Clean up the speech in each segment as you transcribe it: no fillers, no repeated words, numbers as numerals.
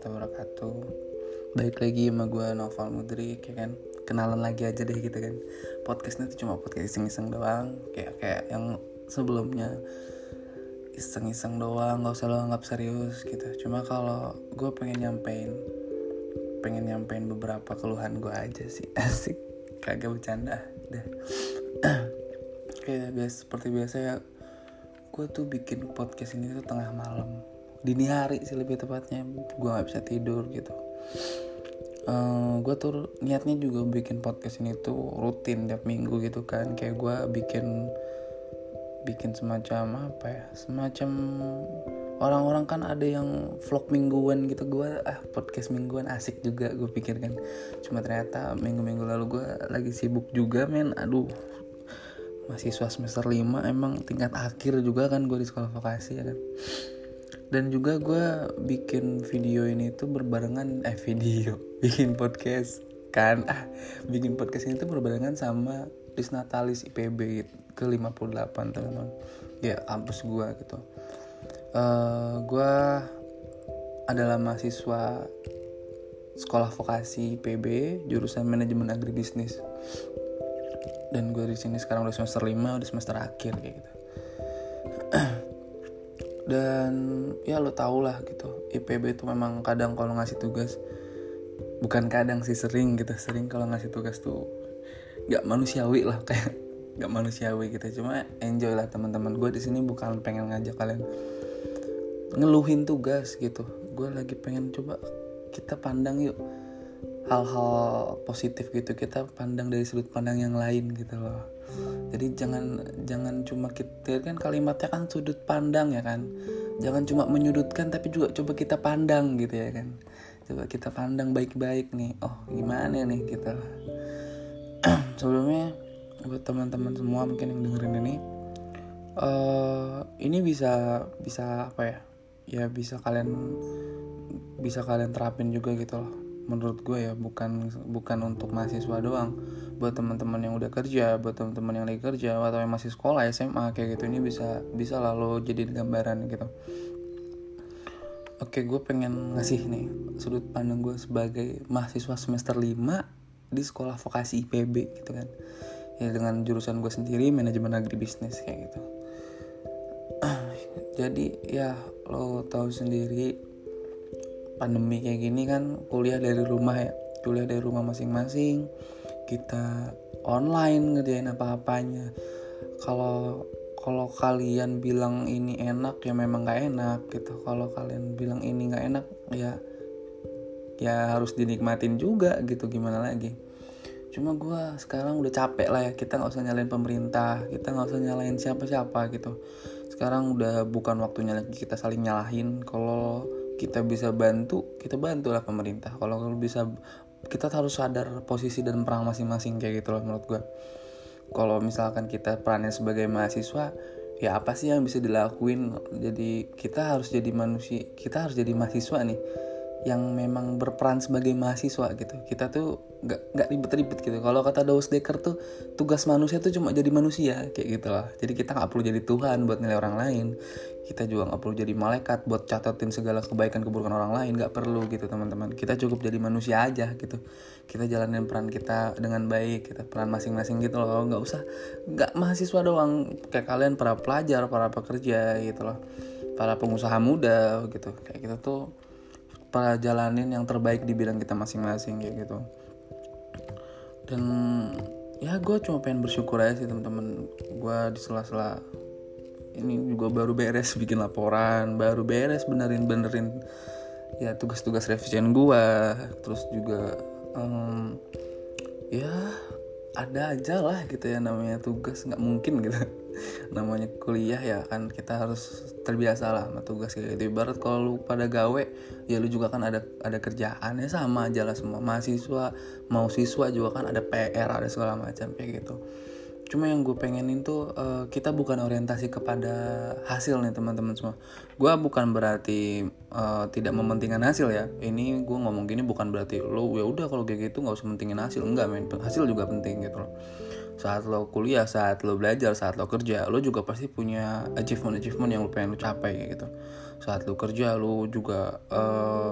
warahmatullahi wabarakatuh. Balik lagi sama gue Noval Mudrik, ya kan. Kenalan lagi aja deh gitu kan. Podcastnya tuh cuma podcast iseng-iseng doang, kayak yang sebelumnya iseng-iseng doang, nggak usah lo anggap serius gitu. Cuma kalau gue pengen nyampein beberapa keluhan gue aja sih. Asik, kagak bercanda deh. Kayak seperti biasa ya, gue tuh bikin podcast ini tuh tengah malam, dini hari sih lebih tepatnya. Gue nggak bisa tidur gitu. Gue tuh niatnya juga bikin podcast ini tuh rutin tiap minggu gitu kan. Kayak gue bikin semacam apa ya, semacam orang-orang kan ada yang vlog mingguan gitu. Gue podcast mingguan asik juga gue pikir kan. Cuma ternyata minggu-minggu lalu gue lagi sibuk juga men. Aduh, mahasiswa semester 5 emang tingkat akhir juga kan gue di sekolah vokasi ya kan. Dan juga gue bikin video ini tuh berbarengan bikin podcast kan. Bikin podcast ini tuh berbarengan sama Disnatalis IPB ke 58 teman-teman. Ya kampus gue gitu. Gue adalah mahasiswa sekolah vokasi IPB jurusan manajemen agribisnis. Dan gue di sini sekarang udah semester 5, udah semester akhir kayak gitu. Dan ya lo tau lah gitu, IPB itu memang kadang kalau ngasih tugas, bukan kadang sih, sering kalau ngasih tugas tuh nggak manusiawi lah, kayak nggak manusiawi gitu. Cuma enjoy lah teman-teman. Gue di sini bukan pengen ngajak kalian ngeluhin tugas gitu. Gue lagi pengen coba kita pandang yuk hal-hal positif gitu, kita pandang dari sudut pandang yang lain gitu loh. Jadi jangan cuma kita kan, kalimatnya kan sudut pandang ya kan. Jangan cuma menyudutkan tapi juga coba kita pandang gitu ya kan. Coba kita pandang baik-baik nih. Oh, gimana nih gitu. Sebelumnya buat teman-teman semua mungkin yang dengerin ini bisa apa ya? Ya bisa kalian terapin juga gitu loh. Menurut gue ya, bukan untuk mahasiswa doang. Buat teman-teman yang udah kerja, buat teman-teman yang lagi kerja atau yang masih sekolah SMA kayak gitu, ini bisa lah lo jadiin gambaran gitu. Oke, gue pengen ngasih nih sudut pandang gue sebagai mahasiswa semester 5 di sekolah vokasi IPB gitu kan. Ya dengan jurusan gue sendiri, manajemen agribisnis kayak gitu. Jadi ya lo tahu sendiri, pandemi kayak gini kan, kuliah dari rumah masing-masing, kita online ngerjain apa-apanya. Kalau kalian bilang ini enak ya memang nggak enak gitu. Kalau kalian bilang ini nggak enak ya harus dinikmatin juga gitu, gimana lagi. Cuma gue sekarang udah capek lah ya, kita nggak usah nyalain pemerintah, kita nggak usah nyalain siapa-siapa gitu. Sekarang udah bukan waktunya lagi kita saling nyalahin. Kalau kita bisa bantu, kita bantulah pemerintah. Kalau bisa, kita harus sadar posisi dan peran masing-masing kayak gitu loh menurut gue. Kalau misalkan kita perannya sebagai mahasiswa, ya apa sih yang bisa dilakuin? Jadi kita harus jadi mahasiswa nih yang memang berperan sebagai mahasiswa gitu. Kita tuh nggak ribet-ribet gitu. Kalau kata Daus Dekker tuh, tugas manusia tuh cuma jadi manusia kayak gitu lah. Jadi kita nggak perlu jadi Tuhan buat nilai orang lain. Kita juga nggak perlu jadi malaikat buat catatin segala kebaikan keburukan orang lain. Nggak perlu gitu teman-teman. Kita cukup jadi manusia aja gitu. Kita jalanin peran kita dengan baik. Kita peran masing-masing gitu loh. Nggak mahasiswa doang. Kayak kalian para pelajar, para pekerja gitu loh. Para pengusaha muda gitu. Kayak kita tuh para jalanin yang terbaik di bidang kita masing-masing kayak gitu. Dan ya gue cuma pengen bersyukur aja sih teman-teman. Gue di sela-sela ini juga baru beres bikin laporan, baru beres benerin ya tugas-tugas revision gue. Terus juga ya ada aja lah gitu ya, namanya tugas, nggak mungkin gitu. Namanya kuliah ya kan, kita harus terbiasa lah sama tugas kayak gitu. Ibarat kalau lu pada gawe, ya lu juga kan ada kerjaan, ya sama aja lah semua. Mahasiswa mau siswa juga kan ada PR, ada segala macam kayak gitu. Cuma yang gue pengenin tuh kita bukan orientasi kepada hasil nih teman-teman semua. Gue bukan berarti tidak mementingkan hasil ya. Ini gue ngomong gini bukan berarti lo ya udah kalau kayak gitu nggak usah mentingin hasil. Enggak men, hasil juga penting gitu loh. Saat lo kuliah, saat lo belajar, saat lo kerja, lo juga pasti punya achievement yang lo pengen lo capai kayak gitu. Saat lo kerja, lo juga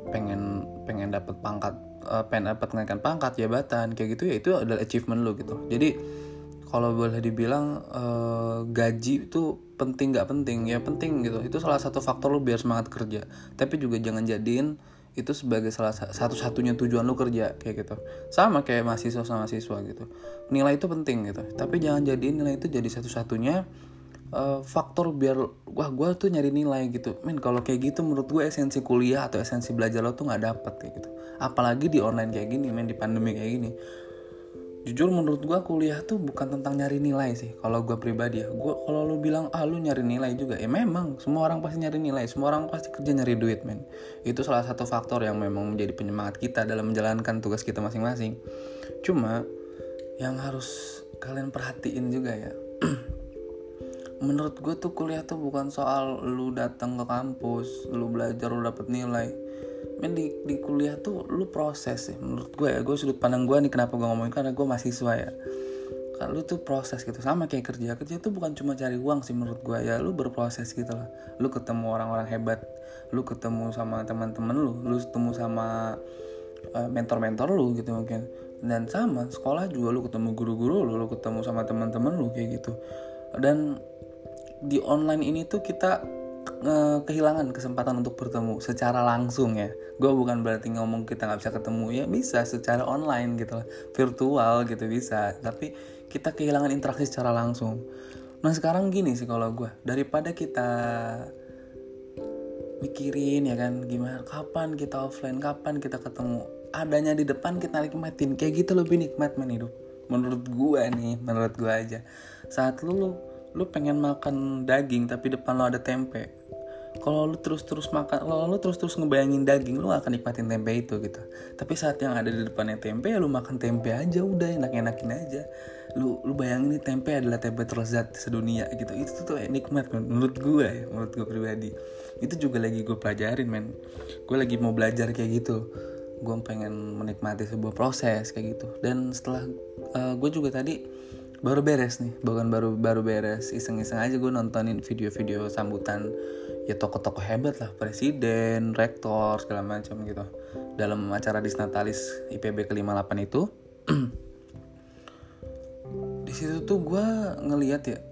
pengen dapat pangkat, pengen dapat kenaikan pangkat, jabatan kayak gitu ya, itu adalah achievement lo gitu. Jadi kalau boleh dibilang gaji itu penting nggak penting, ya penting gitu. Itu salah satu faktor lo biar semangat kerja. Tapi juga jangan jadiin itu sebagai salah satu-satunya tujuan lo kerja kayak gitu. Sama kayak mahasiswa sama mahasiswa gitu. Nilai itu penting gitu. Tapi jangan jadiin nilai itu jadi satu-satunya faktor biar gue tuh nyari nilai gitu. Kalau kayak gitu menurut gue esensi kuliah atau esensi belajar lo tuh nggak dapet kayak gitu. Apalagi di online kayak gini, di pandemi kayak gini. Jujur menurut gue kuliah tuh bukan tentang nyari nilai sih. Kalau gue pribadi ya, kalau lu bilang lu nyari nilai juga, ya memang semua orang pasti nyari nilai, semua orang pasti kerja nyari duit Itu salah satu faktor yang memang menjadi penyemangat kita dalam menjalankan tugas kita masing-masing. Cuma yang harus kalian perhatiin juga ya, menurut gue tuh kuliah tuh bukan soal lu datang ke kampus, lu belajar, lu dapet nilai. Di kuliah tuh lu proses sih menurut gue ya. Gue sudut pandang gue nih, kenapa gue ngomongin, karena gue mahasiswa ya. Kan lu tuh proses gitu, sama kayak kerja tuh bukan cuma cari uang sih menurut gue ya. Lu berproses gitu lah, lu ketemu orang-orang hebat, lu ketemu sama teman-teman lu ketemu sama mentor-mentor lu gitu mungkin. Dan sama sekolah juga, lu ketemu guru-guru lu ketemu sama teman-teman lu kayak gitu. Dan di online ini tuh kita kehilangan kesempatan untuk bertemu secara langsung ya. Gue bukan berarti ngomong kita nggak bisa ketemu, ya bisa secara online gitu lah, virtual gitu bisa, tapi kita kehilangan interaksi secara langsung. Nah sekarang gini sih kalau gue, daripada kita mikirin ya kan gimana, kapan kita offline, kapan kita ketemu, adanya di depan kita nikmatin, kayak gitu lebih nikmat hidup. Menurut gue aja. Saat lu pengen makan daging tapi depan lo ada tempe, kalau lu terus-terus makan, kalau lu terus-terus ngebayangin daging, lu gak akan nikmatin tempe itu gitu. Tapi saat yang ada di depannya tempe, ya lu makan tempe aja, udah enak-enakin aja. Lu bayangin nih, tempe adalah tempe terlezat sedunia gitu. Itu tuh nikmat menurut gue pribadi. Itu juga lagi gue pelajarin gue lagi mau belajar kayak gitu. Gue pengen menikmati sebuah proses kayak gitu. Dan setelah gue juga tadi baru beres nih, bukan baru beres, iseng-iseng aja gue nontonin video-video sambutan ya tokoh-tokoh hebat lah, presiden, rektor, segala macam gitu, dalam acara Disnatalis IPB ke-58 itu. Di situ tuh gue ngelihat ya,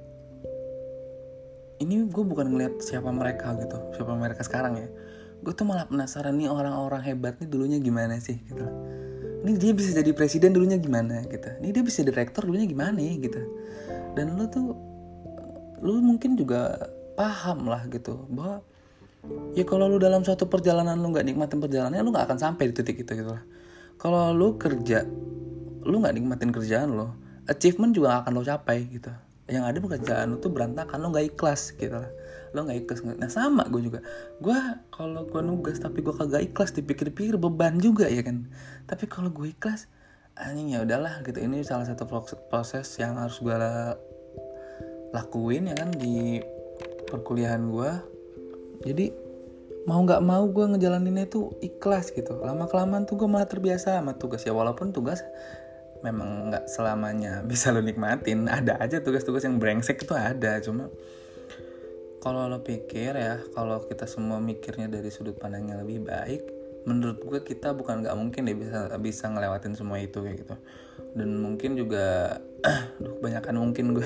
ini gue bukan ngelihat siapa mereka sekarang ya, gue tuh malah penasaran nih orang-orang hebat nih dulunya gimana sih gitu. Ini dia bisa jadi presiden dulunya gimana gitu. Ini dia bisa jadi rektor dulunya gimana gitu. Dan lu mungkin juga paham lah gitu bahwa ya kalau lu dalam suatu perjalanan lu nggak nikmatin perjalanannya, lu nggak akan sampai di titik itu gitu lah. Kalau lu kerja, lu nggak nikmatin kerjaan lo, achievement juga gak akan lo capai gitu. Yang ada pekerjaan lu tuh berantakan, lo nggak ikhlas gitu lah. Lo nggak ikhlas. Nah sama gue juga. Kalau gue nugas tapi gue kagak ikhlas, dipikir-pikir beban juga ya kan. Tapi kalau gue ikhlas, anjing ya udahlah gitu. Ini salah satu proses yang harus gue lakuin ya kan di perkuliahan gue. Jadi mau nggak mau gue ngejalaninnya tuh ikhlas gitu. Lama-kelamaan tuh gue malah terbiasa sama tugas ya. Walaupun tugas memang nggak selamanya bisa lo nikmatin, ada aja tugas-tugas yang brengsek itu ada. Cuma kalau lo pikir ya, kalau kita semua mikirnya dari sudut pandang yang lebih baik, menurut gue kita bukan nggak mungkin deh bisa ngelewatin semua itu kayak gitu. Dan mungkin juga kebanyakan mungkin gue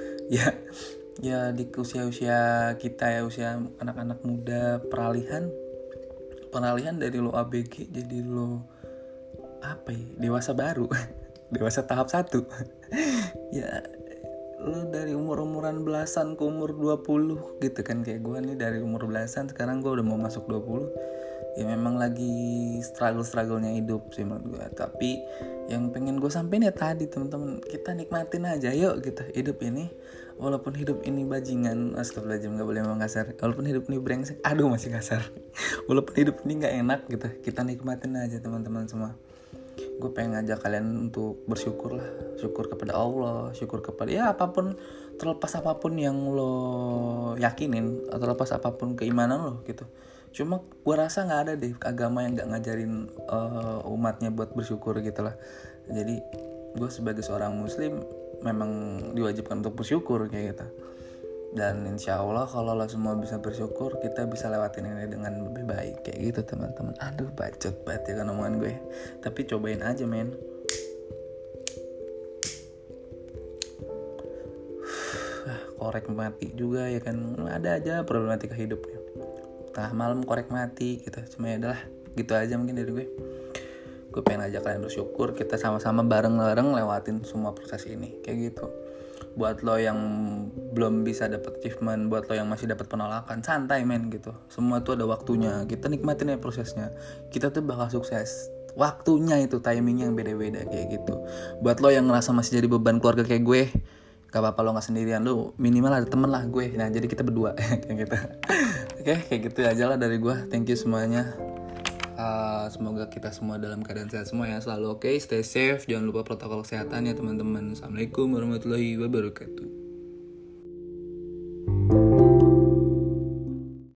ya di usia kita ya, usia anak-anak muda, peralihan dari lo ABG jadi lo dewasa baru. Dewasa tahap 1. Ya lu dari umur-umuran belasan ke umur 20 gitu kan, kayak gue nih dari umur belasan sekarang gue udah mau masuk 20. Ya memang lagi struggle-nya hidup sih menurut gue. Tapi yang pengen gue sampein ya tadi teman-teman, kita nikmatin aja yuk gitu hidup ini. Walaupun hidup ini bajingan, astagfirullahaladzim gak boleh ngomong kasar. Walaupun hidup ini brengsek, masih kasar. Walaupun hidup ini gak enak gitu, kita nikmatin aja teman-teman semua. Gue pengen ngajak kalian untuk bersyukur lah, syukur kepada Allah, syukur kepada ya apapun, terlepas apapun yang lo yakinin atau terlepas apapun keimanan lo gitu. Cuma gue rasa nggak ada deh agama yang nggak ngajarin umatnya buat bersyukur gitu lah. Jadi gue sebagai seorang muslim memang diwajibkan untuk bersyukur kayak gitu. Dan insya Allah kalau lo semua bisa bersyukur, kita bisa lewatin ini dengan lebih baik. Kayak gitu teman-teman. Aduh bacot banget ya kan omongan gue. Tapi cobain aja men. Korek mati juga ya kan. Ada aja problematika hidupnya. Tengah malam korek mati gitu. Cuma ya adalah gitu aja mungkin dari gue. Gue pengen ajak kalian bersyukur. Kita sama-sama bareng-bareng lewatin semua proses ini. Kayak gitu. Buat lo yang belum bisa dapet achievement, buat lo yang masih dapat penolakan, santai men gitu. Semua tuh ada waktunya. Kita nikmatin ya prosesnya. Kita tuh bakal sukses. Waktunya itu timingnya yang beda-beda kayak gitu. Buat lo yang ngerasa masih jadi beban keluarga kayak gue, gak apa-apa lo gak sendirian, lo minimal ada temen lah gue. Nah jadi kita berdua kayak gitu. Oke, kayak gitu aja lah dari gue. Thank you semuanya. Semoga kita semua dalam keadaan sehat semua ya. Selalu oke, stay safe. Jangan lupa protokol kesehatan ya teman-teman. Assalamualaikum warahmatullahi wabarakatuh.